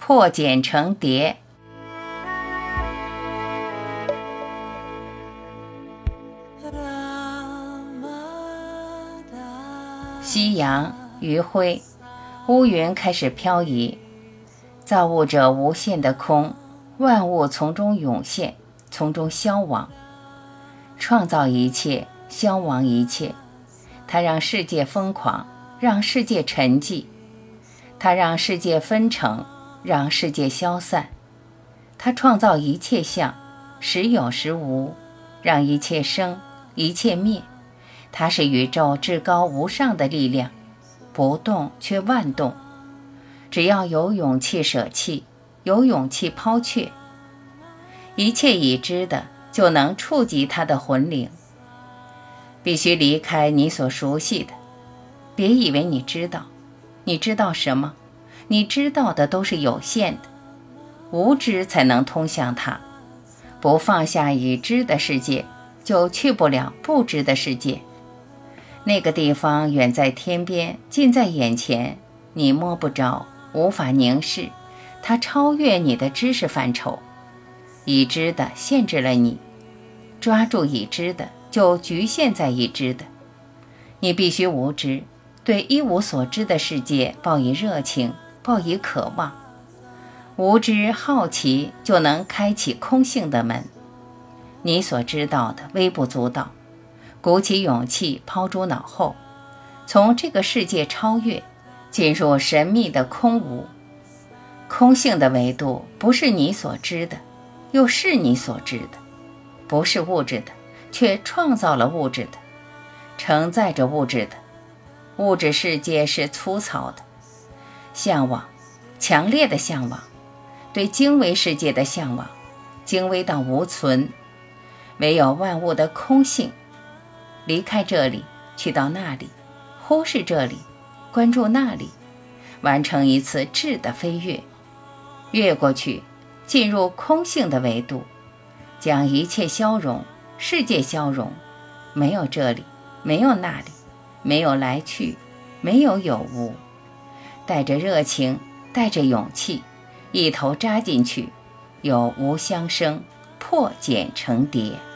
破茧成蝶。夕阳余晖，乌云开始飘移，造物者无限的空，万物从中涌现，从中消亡。创造一切，消亡一切，它让世界疯狂，让世界沉寂，它让世界分成，让世界消散。它创造一切相，时有时无，让一切生，一切灭。它是宇宙至高无上的力量，不动却万动。只要有勇气舍弃，有勇气抛却，一切已知的就能触及它的魂灵。必须离开你所熟悉的，别以为你知道。你知道什么？你知道的都是有限的，无知才能通向它。不放下已知的世界，就去不了不知的世界。那个地方远在天边，近在眼前，你摸不着，无法凝视，它超越你的知识范畴。已知的限制了你，抓住已知的就局限在已知的。你必须无知，对一无所知的世界抱以热情，抱以渴望。无知好奇就能开启空性的门。你所知道的微不足道，鼓起勇气抛诸脑后，从这个世界超越，进入神秘的空无。空性的维度不是你所知的，又是你所知的，不是物质的，却创造了物质的，承载着物质的。物质世界是粗糙的，向往，强烈的向往，对精微世界的向往，精微到无存。唯有万物的空性，离开这里，去到那里，忽视这里，关注那里，完成一次质的飞跃，越过去，进入空性的维度，将一切消融，世界消融，没有这里，没有那里，没有来去，没有有无。带着热情，带着勇气，一头扎进去，有无相生，破茧成蝶。